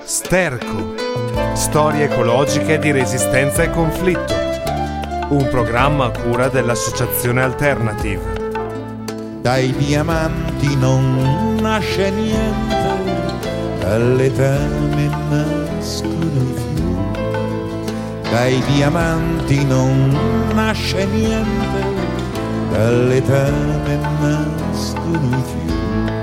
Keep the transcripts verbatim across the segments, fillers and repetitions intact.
Sterco, storie ecologiche di resistenza e conflitto, un programma a cura dell'Associazione Alternative. Dai diamanti non nasce niente, dalle tane nascono i fiori. Dai diamanti non nasce niente, dalle tane nascono i fiori.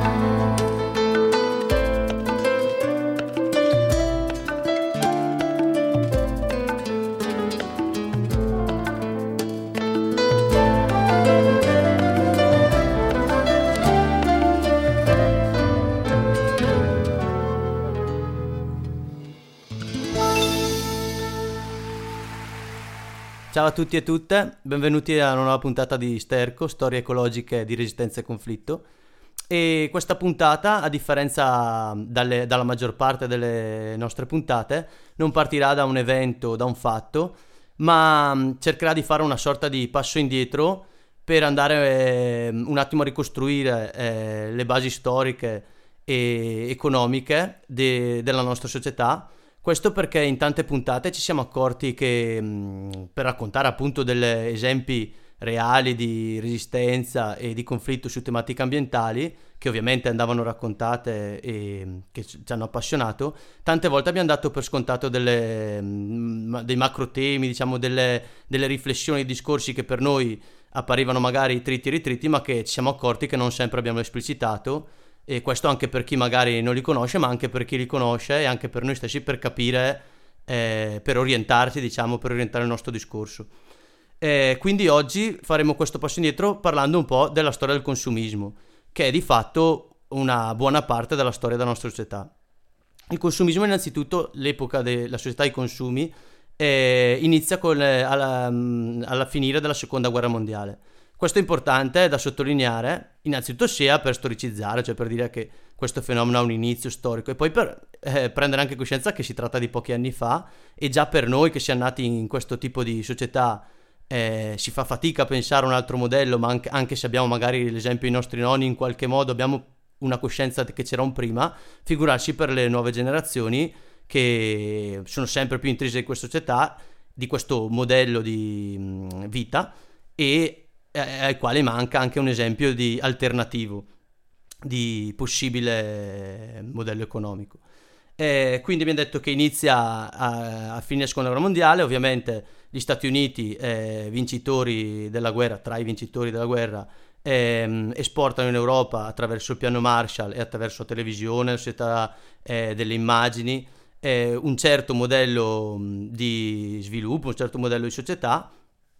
Ciao a tutti e tutte, benvenuti a una nuova puntata di Sterco, storie ecologiche di resistenza e conflitto. E questa puntata, a differenza dalle, dalla maggior parte delle nostre puntate, non partirà da un evento, da un fatto, ma cercherà di fare una sorta di passo indietro per andare eh, un attimo a ricostruire eh, le basi storiche e economiche de, della nostra società. Questo perché in tante puntate ci siamo accorti che mh, per raccontare appunto degli esempi reali di resistenza e di conflitto su tematiche ambientali, che ovviamente andavano raccontate e che ci hanno appassionato, tante volte abbiamo dato per scontato delle, mh, dei macro temi, diciamo delle, delle riflessioni, discorsi che per noi apparivano magari triti e ritriti, ma che ci siamo accorti che non sempre abbiamo esplicitato. E questo anche per chi magari non li conosce, ma anche per chi li conosce e anche per noi stessi, per capire, eh, per orientarci, diciamo, per orientare il nostro discorso. Eh, quindi oggi faremo questo passo indietro parlando un po' della storia del consumismo, che è di fatto una buona parte della storia della nostra società. Il consumismo, innanzitutto, l'epoca della società dei consumi, eh, inizia con, eh, alla, alla finire della seconda guerra mondiale. Questo è importante da sottolineare, innanzitutto sia per storicizzare, cioè per dire che questo fenomeno ha un inizio storico, e poi per eh, prendere anche coscienza che si tratta di pochi anni fa, e già per noi che siamo nati in questo tipo di società eh, si fa fatica a pensare a un altro modello, ma anche, anche se abbiamo magari l'esempio dei nostri nonni, in qualche modo abbiamo una coscienza che c'era un prima, figurarsi per le nuove generazioni che sono sempre più intrise in questa società, di questo modello di mh, vita, e ai quali manca anche un esempio di alternativo di possibile modello economico. E quindi abbiamo detto che inizia a, a fine seconda guerra mondiale. Ovviamente gli Stati Uniti, eh, vincitori della guerra, tra i vincitori della guerra, eh, esportano in Europa attraverso il piano Marshall e attraverso la televisione, la società eh, delle immagini, eh, un certo modello di sviluppo, un certo modello di società,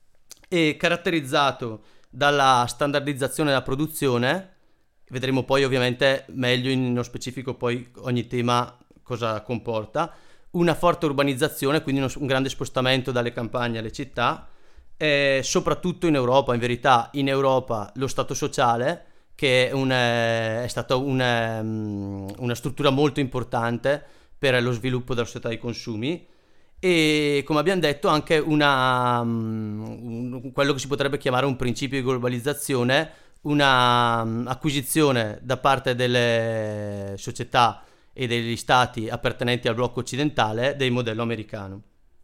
e caratterizzato dalla standardizzazione della produzione. Vedremo poi ovviamente meglio in nello specifico poi ogni tema cosa comporta, una forte urbanizzazione, quindi uno, un grande spostamento dalle campagne alle città, e soprattutto in Europa. In verità in Europa lo Stato sociale, che è, un, è stata una, una struttura molto importante per lo sviluppo della società dei consumi, e come abbiamo detto anche una um, quello che si potrebbe chiamare un principio di globalizzazione, una um, acquisizione da parte delle società e degli stati appartenenti al blocco occidentale del modello americano.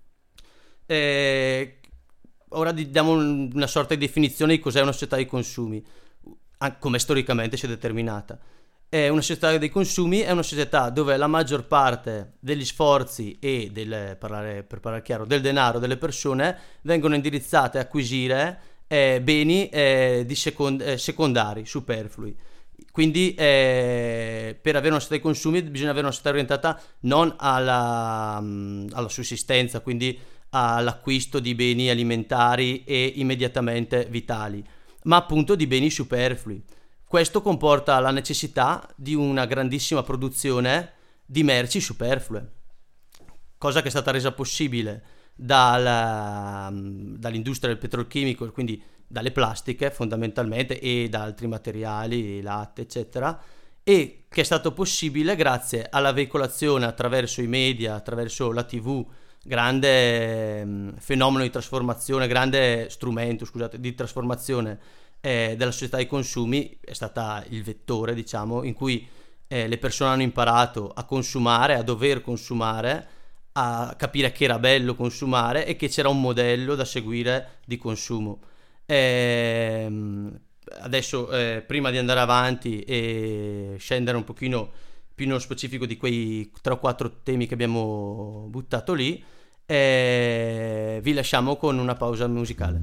E ora diamo un, una sorta di definizione di cos'è una società dei consumi, come storicamente si è determinata. È una società dei consumi, è una società dove la maggior parte degli sforzi e del, parlare, per parlare chiaro, del denaro delle persone vengono indirizzate a acquisire eh, beni eh, di second- eh, secondari, superflui. Quindi eh, per avere una società dei consumi bisogna avere una società orientata non alla, alla sussistenza, quindi all'acquisto di beni alimentari e immediatamente vitali, ma appunto di beni superflui. Questo comporta la necessità di una grandissima produzione di merci superflue, cosa che è stata resa possibile dalla, dall'industria del petrolchimico, quindi dalle plastiche fondamentalmente, e da altri materiali, latte eccetera, e che è stato possibile grazie alla veicolazione attraverso i media, attraverso la tivù, grande fenomeno di trasformazione, grande strumento, scusate, di trasformazione eh, della società dei consumi. È stata il vettore, diciamo, in cui eh, le persone hanno imparato a consumare, a dover consumare, a capire che era bello consumare e che c'era un modello da seguire di consumo. Ehm, adesso, eh, prima di andare avanti e scendere un pochino più nello specifico di quei tre o quattro temi che abbiamo buttato lì, eh, vi lasciamo con una pausa musicale.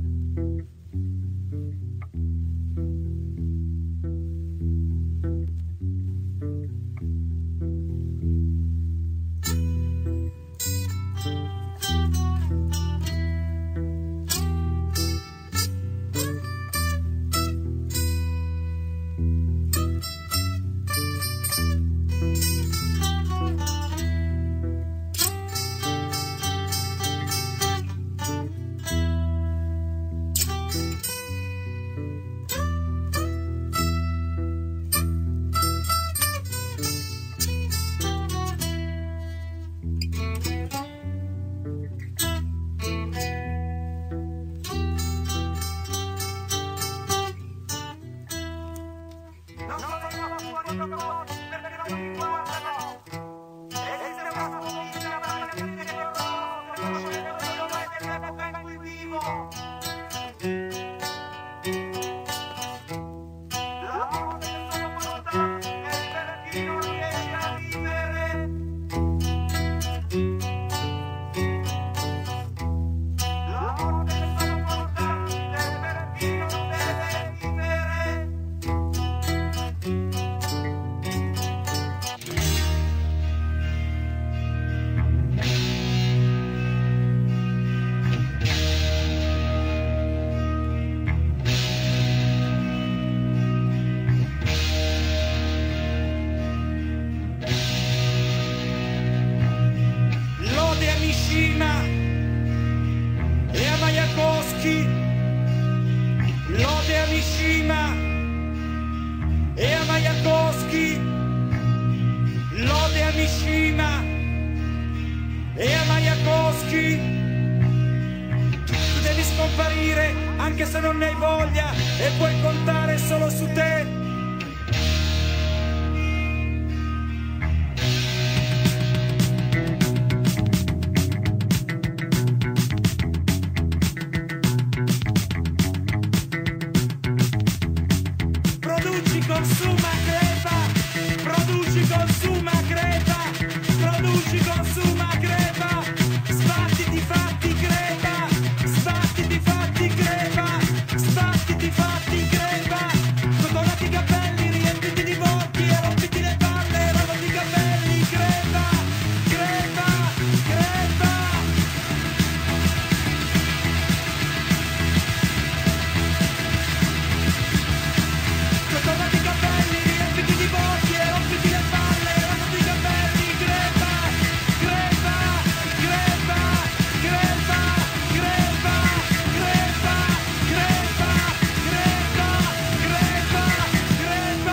Anche se non ne hai voglia e puoi contare solo su te. Produci, consuma, crepa. Produci, consuma, crepa. Produci, consuma, crepa. Sbatti di fatti, crepa. Sbatti di fatti, crepa. Sbatti di fatti, crepa. Cotolati i capelli, riempiti di bocchi e rompiti le palle, rovati i capelli, crepa. Crepa, crepa. Cotolati i capelli, riempiti di bocchi e rompiti le palle, rovati i capelli, crepa. Crepa, crepa, crepa, crepa, crepa, crepa, crepa, crepa, crepa.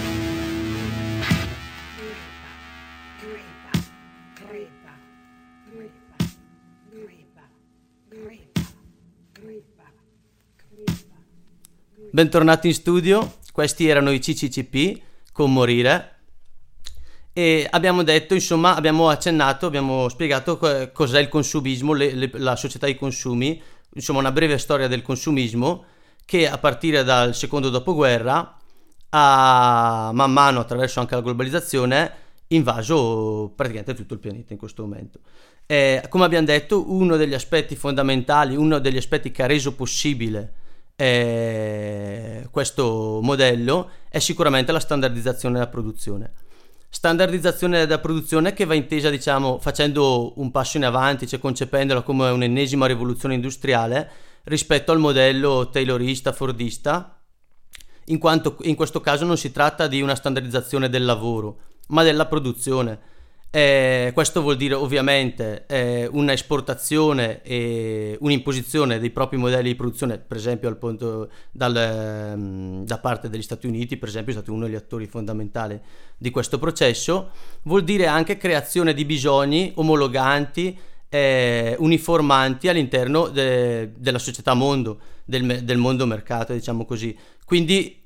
Bentornati in studio, questi erano i C C C P con Morire e abbiamo detto, insomma, abbiamo accennato, abbiamo spiegato co- cos'è il consumismo, le- le- la società dei consumi, insomma una breve storia del consumismo che a partire dal secondo dopoguerra ha man mano, attraverso anche la globalizzazione, invaso praticamente tutto il pianeta in questo momento. Eh, come abbiamo detto, uno degli aspetti fondamentali, uno degli aspetti che ha reso possibile eh, questo modello è sicuramente la standardizzazione della produzione. Standardizzazione della produzione che va intesa, diciamo, facendo un passo in avanti, cioè concependola come un'ennesima rivoluzione industriale rispetto al modello taylorista, fordista, in quanto in questo caso non si tratta di una standardizzazione del lavoro, ma della produzione. Eh, questo vuol dire ovviamente eh, una esportazione e un'imposizione dei propri modelli di produzione, per esempio al punto, dal, ehm, da parte degli Stati Uniti, per esempio, è stato uno degli attori fondamentali di questo processo. Vuol dire anche creazione di bisogni omologanti, eh, uniformanti all'interno de- della società mondo, del, del mondo mercato, diciamo così. Quindi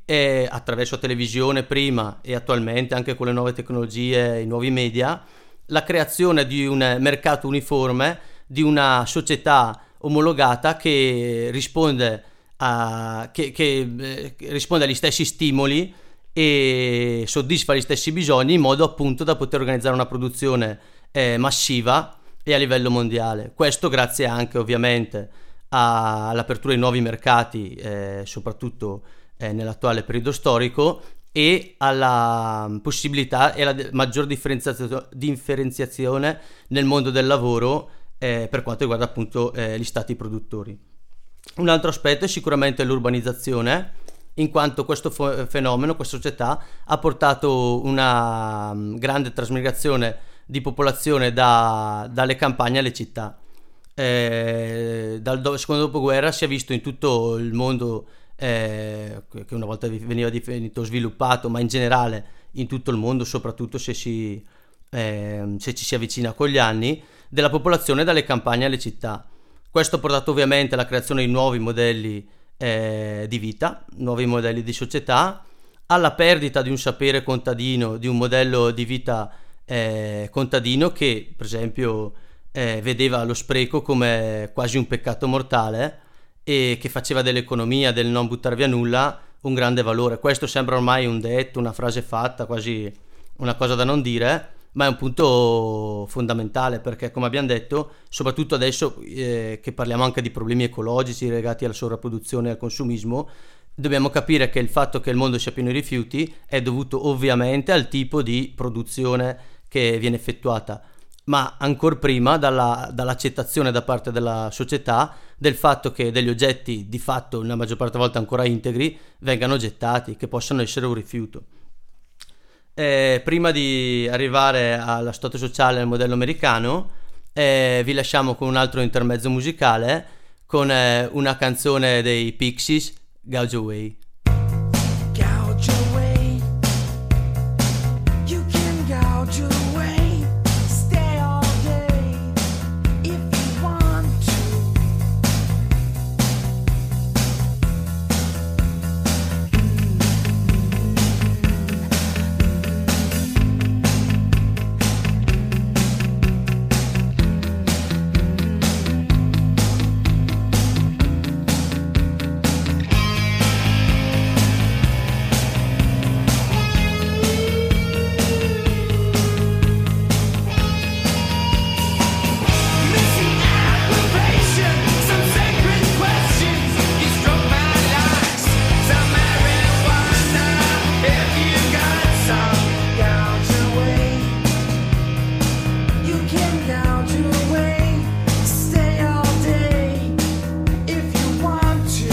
e attraverso televisione prima e attualmente anche con le nuove tecnologie, i nuovi media, la creazione di un mercato uniforme, di una società omologata che risponde a, che, che, eh, risponde agli stessi stimoli e soddisfa gli stessi bisogni, in modo appunto da poter organizzare una produzione eh, massiva e a livello mondiale. Questo grazie anche ovviamente a, all'apertura di nuovi mercati, eh, soprattutto eh, nell'attuale periodo storico, e alla possibilità e alla de- maggior differenzia- differenziazione nel mondo del lavoro eh, per quanto riguarda appunto eh, gli stati produttori. Un altro aspetto è sicuramente l'urbanizzazione, in quanto questo fo- fenomeno, questa società, ha portato una um, grande trasmigrazione di popolazione da, dalle campagne alle città. Eh, dal do- secondo dopoguerra si è visto in tutto il mondo, eh, che una volta veniva definito sviluppato, ma in generale in tutto il mondo, soprattutto se, si, eh, se ci si avvicina con gli anni, della popolazione dalle campagne alle città. Questo ha portato ovviamente alla creazione di nuovi modelli Eh, di vita, nuovi modelli di società, alla perdita di un sapere contadino, di un modello di vita eh, contadino che per esempio eh, vedeva lo spreco come quasi un peccato mortale e che faceva dell'economia, del non buttar via nulla, un grande valore. Questo sembra ormai un detto, una frase fatta, quasi una cosa da non dire, ma è un punto fondamentale, perché come abbiamo detto, soprattutto adesso eh, che parliamo anche di problemi ecologici legati alla sovrapproduzione e al consumismo, dobbiamo capire che il fatto che il mondo sia pieno di rifiuti è dovuto ovviamente al tipo di produzione che viene effettuata, ma ancor prima dalla, dall'accettazione da parte della società del fatto che degli oggetti di fatto, nella maggior parte delle volte ancora integri, vengano gettati, che possano essere un rifiuto. Eh, prima di arrivare alla stato sociale del modello americano, eh, vi lasciamo con un altro intermezzo musicale, con eh, una canzone dei Pixies, Gouge Away. Gouge away. You can gouge away. Stay all day if you want to. Missing approbation, some sacred questions. You struck my locks, some marijuana. If you got some, gouge away. You can gouge away. Stay all day if you want to.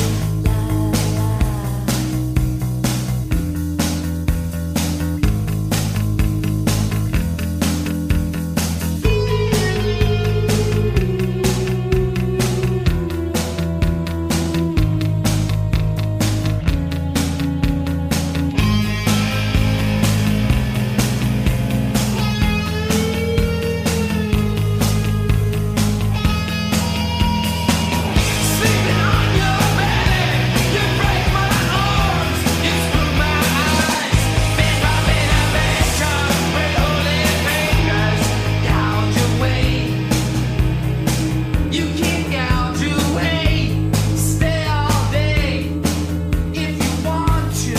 Sleeping on your belly, you break my arms, you screw my eyes, been robbing a bacon with holy fingers. Gouge away, you can gouge away. Stay all day if you want to.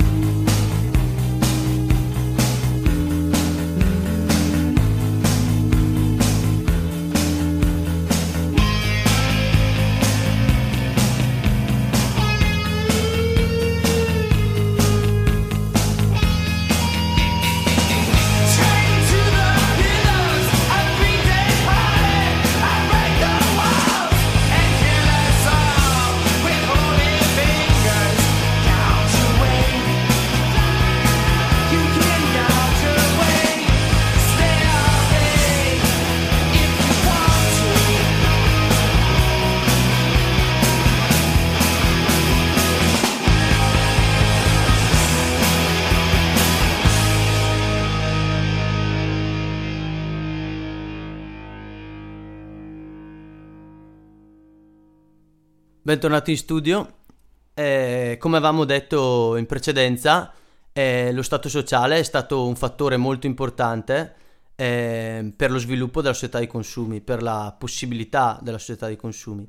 Chained to the pillars, a three-day party. I break the walls and kill us all with holy fingers. Gouge away, you can gouge away. Stay all day if you want to. Bentornati in studio. eh, come avevamo detto in precedenza, eh, lo stato sociale è stato un fattore molto importante eh, per lo sviluppo della società dei consumi, per la possibilità della società dei consumi.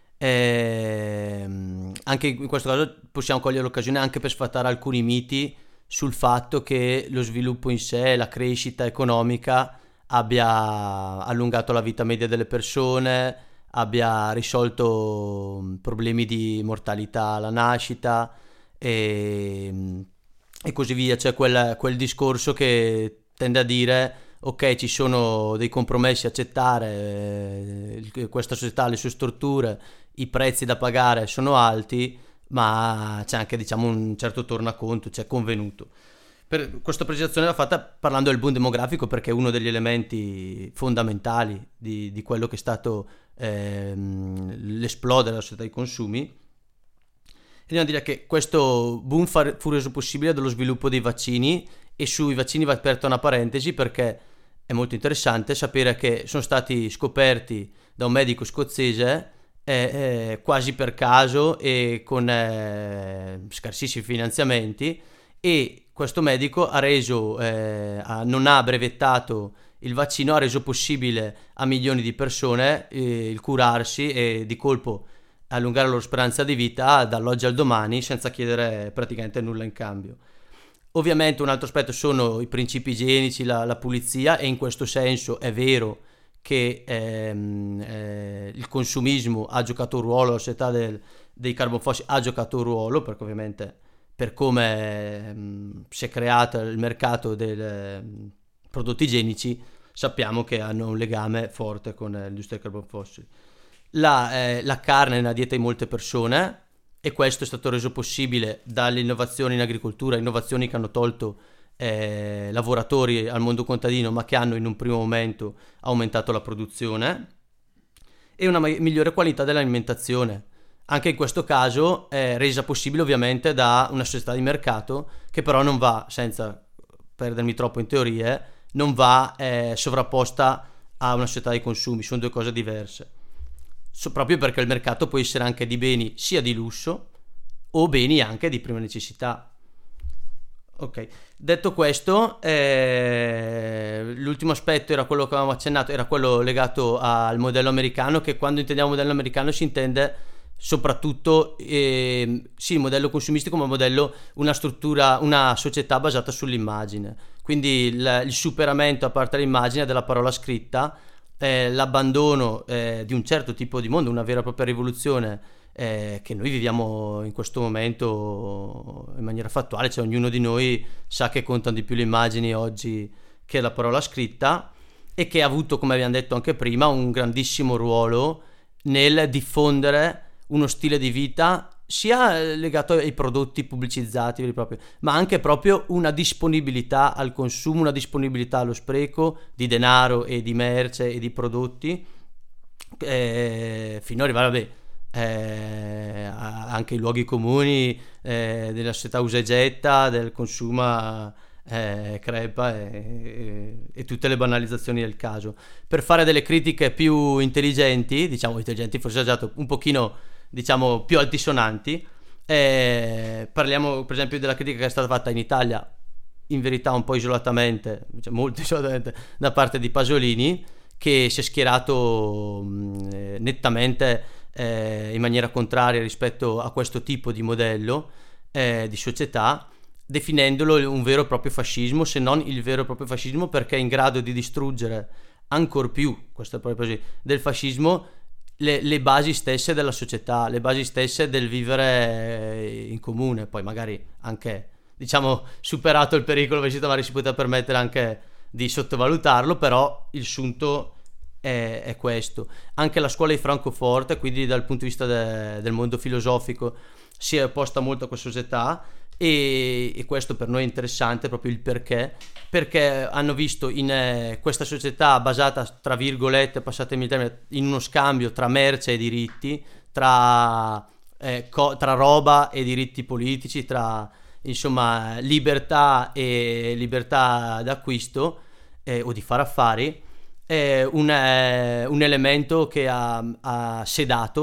Eh, anche in questo caso possiamo cogliere l'occasione anche per sfatare alcuni miti sul fatto che lo sviluppo in sé, la crescita economica abbia allungato la vita media delle persone, abbia risolto problemi di mortalità alla nascita e, e così via. C'è quel, quel discorso che tende a dire ok, ci sono dei compromessi a accettare, eh, questa società ha le sue strutture, i prezzi da pagare sono alti, ma c'è anche, diciamo, un certo tornaconto, c'è convenuto. Per questa precisazione va fatta parlando del boom demografico, perché è uno degli elementi fondamentali di, di quello che è stato ehm, l'esplodere della società dei consumi. E dobbiamo dire che questo boom fa, fu reso possibile dallo sviluppo dei vaccini, e sui vaccini va aperta una parentesi perché è molto interessante sapere che sono stati scoperti da un medico scozzese eh, eh, quasi per caso e con eh, scarsissimi finanziamenti, e questo medico ha reso, eh, ha, non ha brevettato il vaccino, ha reso possibile a milioni di persone eh, il curarsi e di colpo allungare la loro speranza di vita dall'oggi al domani senza chiedere praticamente nulla in cambio. Ovviamente un altro aspetto sono i principi igienici, la, la pulizia, e in questo senso è vero che ehm, eh, il consumismo ha giocato un ruolo, la società del, dei carbon fossili ha giocato un ruolo, perché ovviamente per come ehm, si è creato il mercato dei eh, prodotti igienici sappiamo che hanno un legame forte con eh, l'industria dei carbon fossili. La, eh, la carne è nella dieta di molte persone, e questo è stato reso possibile dalle innovazioni in agricoltura, innovazioni che hanno tolto eh, lavoratori al mondo contadino, ma che hanno in un primo momento aumentato la produzione, e una ma- migliore qualità dell'alimentazione, anche in questo caso è resa possibile ovviamente da una società di mercato che però non va, senza perdermi troppo in teorie, non va eh, sovrapposta a una società di consumi, sono due cose diverse. So, proprio perché il mercato può essere anche di beni sia di lusso o beni anche di prima necessità. Ok, detto questo, eh, l'ultimo aspetto era quello che avevamo accennato, era quello legato al modello americano, che quando intendiamo modello americano si intende soprattutto eh, sì, il modello consumistico, ma modello, una struttura, una società basata sull'immagine, quindi il, il superamento a parte l'immagine della parola scritta, Eh, l'abbandono eh, di un certo tipo di mondo, una vera e propria rivoluzione eh, che noi viviamo in questo momento in maniera fattuale, cioè ognuno di noi sa che contano di più le immagini oggi che la parola scritta, e che ha avuto, come abbiamo detto anche prima, un grandissimo ruolo nel diffondere uno stile di vita sia legato ai prodotti pubblicizzati proprio, ma anche proprio una disponibilità al consumo, una disponibilità allo spreco di denaro e di merce e di prodotti, eh, fino ad arrivare, vabbè, eh, anche i luoghi comuni eh, della società usa e getta, del consuma, eh, crepa e, e, e tutte le banalizzazioni del caso. Per fare delle critiche più intelligenti, diciamo intelligenti forse esagerato, un pochino diciamo più altisonanti, eh, parliamo per esempio della critica che è stata fatta in Italia, in verità un po' isolatamente, cioè molto isolatamente, da parte di Pasolini, che si è schierato mh, nettamente eh, in maniera contraria rispetto a questo tipo di modello eh, di società, definendolo un vero e proprio fascismo, se non il vero e proprio fascismo, perché è in grado di distruggere ancor più, questo è proprio così, del fascismo, Le, le basi stesse della società, le basi stesse del vivere in comune. Poi magari anche, diciamo, superato il pericolo, magari si poteva permettere anche di sottovalutarlo, però il sunto è, è questo. Anche la scuola di Francoforte, quindi dal punto di vista de, del mondo filosofico, si è opposta molto a questa società, e, e questo per noi è interessante, proprio il perché, perché hanno visto in eh, questa società basata, tra virgolette, passatemi il termine, in uno scambio tra merce e diritti, tra, eh, co- tra roba e diritti politici, tra insomma libertà e libertà d'acquisto eh, o di fare affari, eh, un, eh, un elemento che ha, ha sedato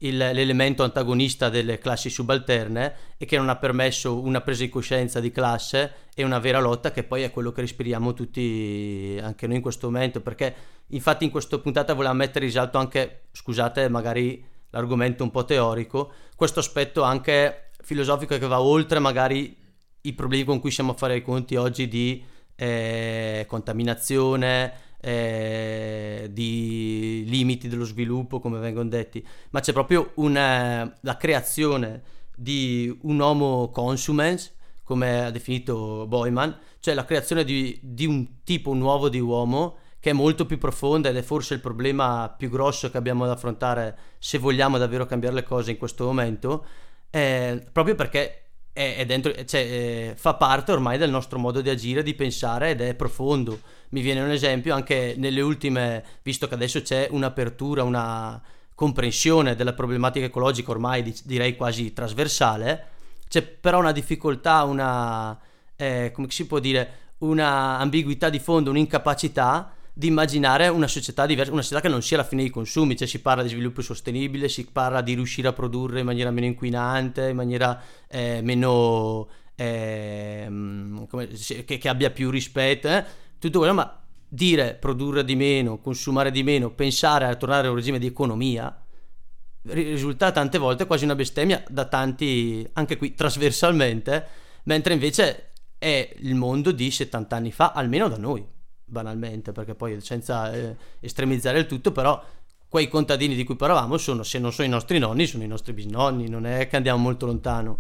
il, l'elemento antagonista delle classi subalterne e che non ha permesso una presa di coscienza di classe e una vera lotta, che poi è quello che respiriamo tutti anche noi in questo momento, perché infatti in questa puntata volevamo mettere in risalto anche, scusate magari l'argomento un po' teorico, questo aspetto anche filosofico che va oltre magari i problemi con cui siamo a fare i conti oggi di eh, contaminazione, Eh, di limiti dello sviluppo, come vengono detti, ma c'è proprio una, la creazione di un homo consumens, come ha definito Boyman, cioè la creazione di, di un tipo nuovo di uomo che è molto più profonda, ed è forse il problema più grosso che abbiamo da affrontare se vogliamo davvero cambiare le cose in questo momento, eh, proprio perché è, è dentro, cioè, eh, fa parte ormai del nostro modo di agire, di pensare, ed è profondo. Mi viene un esempio anche nelle ultime, visto che adesso c'è un'apertura, una comprensione della problematica ecologica ormai direi quasi trasversale, c'è però una difficoltà, una eh, come si può dire, una ambiguità di fondo, un'incapacità di immaginare una società diversa, una società che non sia alla fine dei consumi. Cioè si parla di sviluppo sostenibile, si parla di riuscire a produrre in maniera meno inquinante, in maniera eh, meno eh, come, che, che abbia più rispetto, eh? Tutto quello, ma dire produrre di meno, consumare di meno, pensare a tornare a un regime di economia risulta tante volte quasi una bestemmia da tanti, anche qui trasversalmente, mentre invece è il mondo di settanta anni fa, almeno da noi, banalmente, perché poi senza eh, estremizzare il tutto, però quei contadini di cui parlavamo sono, se non sono i nostri nonni, sono i nostri bisnonni, non è che andiamo molto lontano.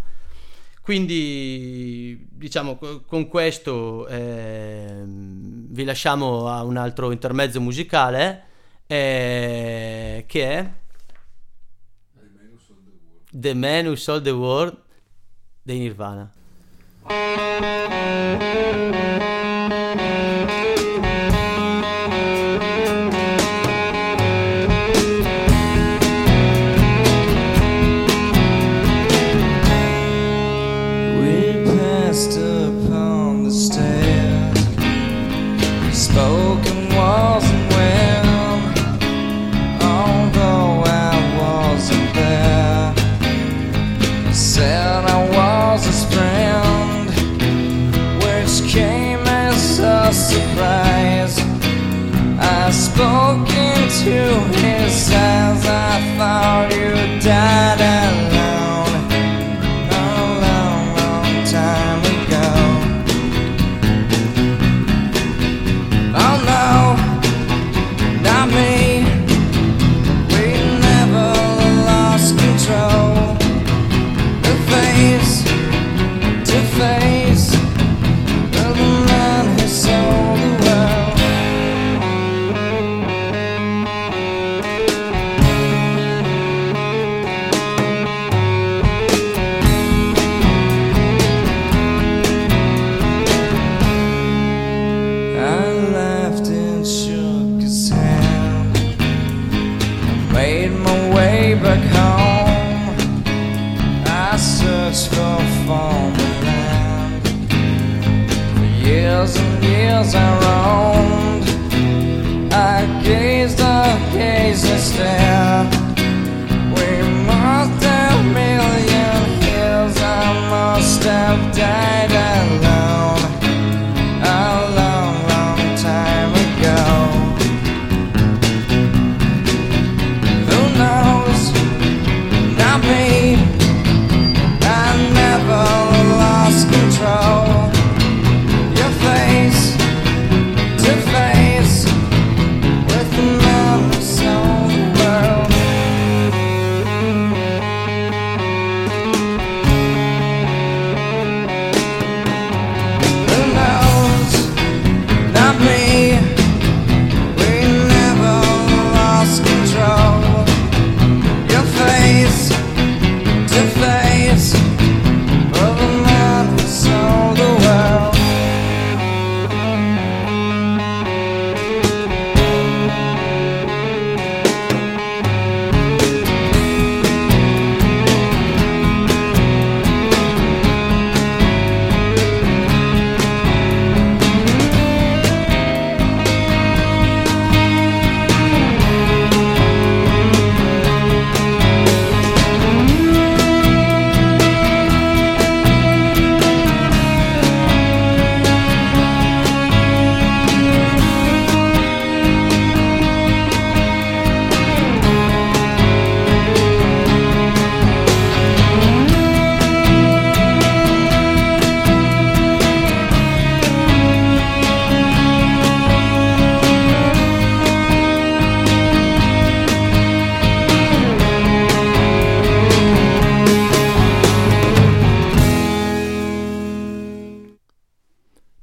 Quindi diciamo con questo eh, vi lasciamo a un altro intermezzo musicale eh, che è The Man Who Sold the World dei Nirvana. Upon the stair, spoken wasn't well, although I wasn't there. Said I was his friend, which came as a surprise. I spoke into his eyes, I thought you died alone a long, long time ago. Oh no, not me. We never lost control. The face to face of the man who sold the world.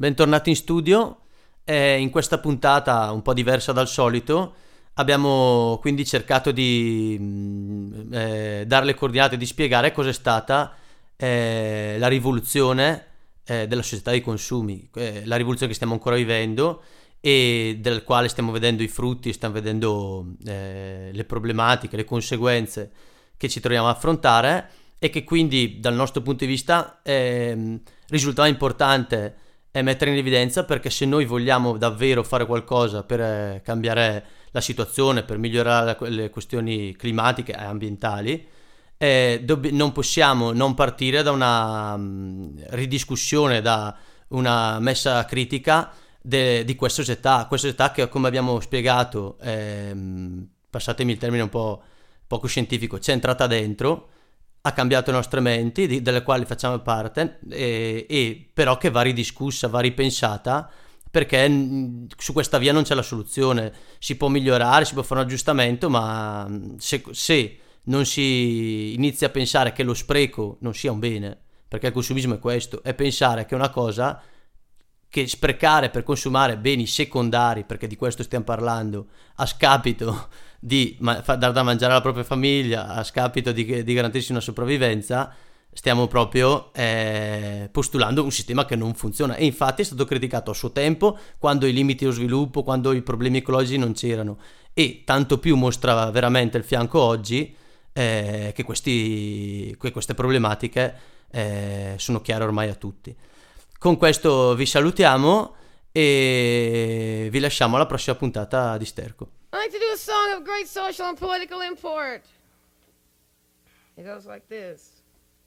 bentornati in studio. Eh, in questa puntata un po' diversa dal solito abbiamo quindi cercato di mh, eh, dare le coordinate, di spiegare cos'è stata eh, la rivoluzione eh, della società dei consumi, eh, la rivoluzione che stiamo ancora vivendo e del quale stiamo vedendo i frutti, stiamo vedendo eh, le problematiche, le conseguenze che ci troviamo ad affrontare, e che quindi dal nostro punto di vista eh, risultava importante eh, mettere in evidenza, perché se noi vogliamo davvero fare qualcosa per eh, cambiare la situazione, per migliorare le questioni climatiche e ambientali, eh, dobb- non possiamo non partire da una um, ridiscussione, da una messa critica de- di questa società, questa società che, come abbiamo spiegato, ehm, passatemi il termine un po' poco scientifico, ci è entrata dentro, ha cambiato le nostre menti, di, delle quali facciamo parte, e, e però che va ridiscussa, va ripensata, perché mh, su questa via non c'è la soluzione. Si può migliorare, si può fare un aggiustamento, ma se, se non si inizia a pensare che lo spreco non sia un bene, perché il consumismo è questo, è pensare che è una cosa, che sprecare per consumare beni secondari, perché di questo stiamo parlando, a scapito di ma- dar da mangiare alla propria famiglia, a scapito di, di garantirsi una sopravvivenza, stiamo proprio eh, postulando un sistema che non funziona. E infatti è stato criticato a suo tempo, quando i limiti allo sviluppo, quando i problemi ecologici non c'erano, e tanto più mostra veramente il fianco oggi eh, che, questi, che queste problematiche eh, sono chiare ormai a tutti. Con questo vi salutiamo e vi lasciamo alla prossima puntata di Sterco. I'd like to do a song of great social and political import. It goes like this.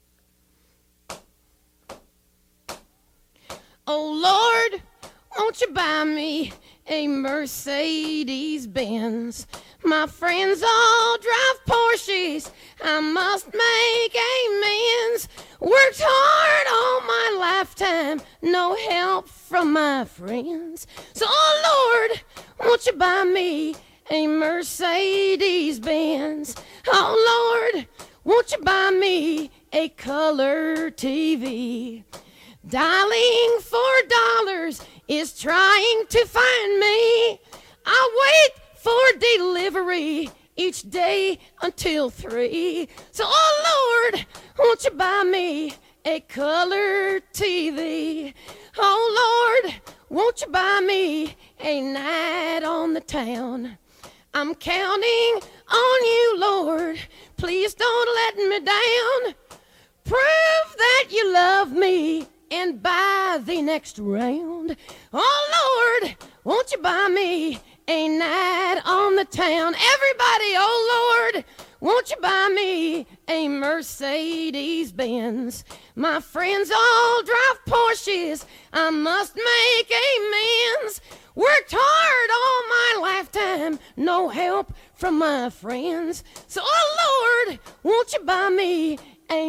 Oh Lord, won't you buy me a Mercedes Benz? My friends all drive Porsches, I must make amends. Worked hard all my lifetime, no help from my friends. So oh Lord, won't you buy me a Mercedes Benz? Oh Lord, won't you buy me a color T V? Dialing for dollars is trying to find me. I wait for delivery each day until three. So oh Lord, won't you buy me a color T V? Oh Lord, won't you buy me a night on the town? I'm counting on you, Lord, please don't let me down. Prove that you love me and buy the next round. Oh Lord, won't you buy me a night on the town? Everybody, oh Lord, won't you buy me a Mercedes Benz? My friends all drive Porsches, I must make amends. Worked hard all my lifetime, no help from my friends. So oh Lord, won't you buy me a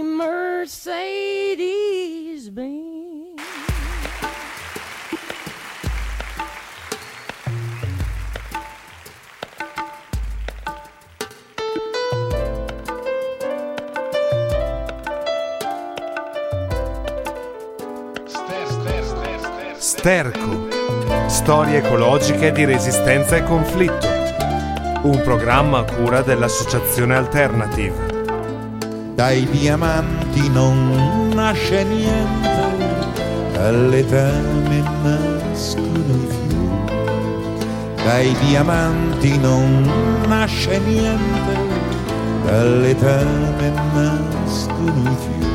Mercedes Benz? Sterco, storie ecologiche di resistenza e conflitto. Un programma a cura dell'Associazione Alternative. Dai diamanti non nasce niente, dalle tame nascono i fiori. Dai diamanti non nasce niente, dalle tame nascono i fiori.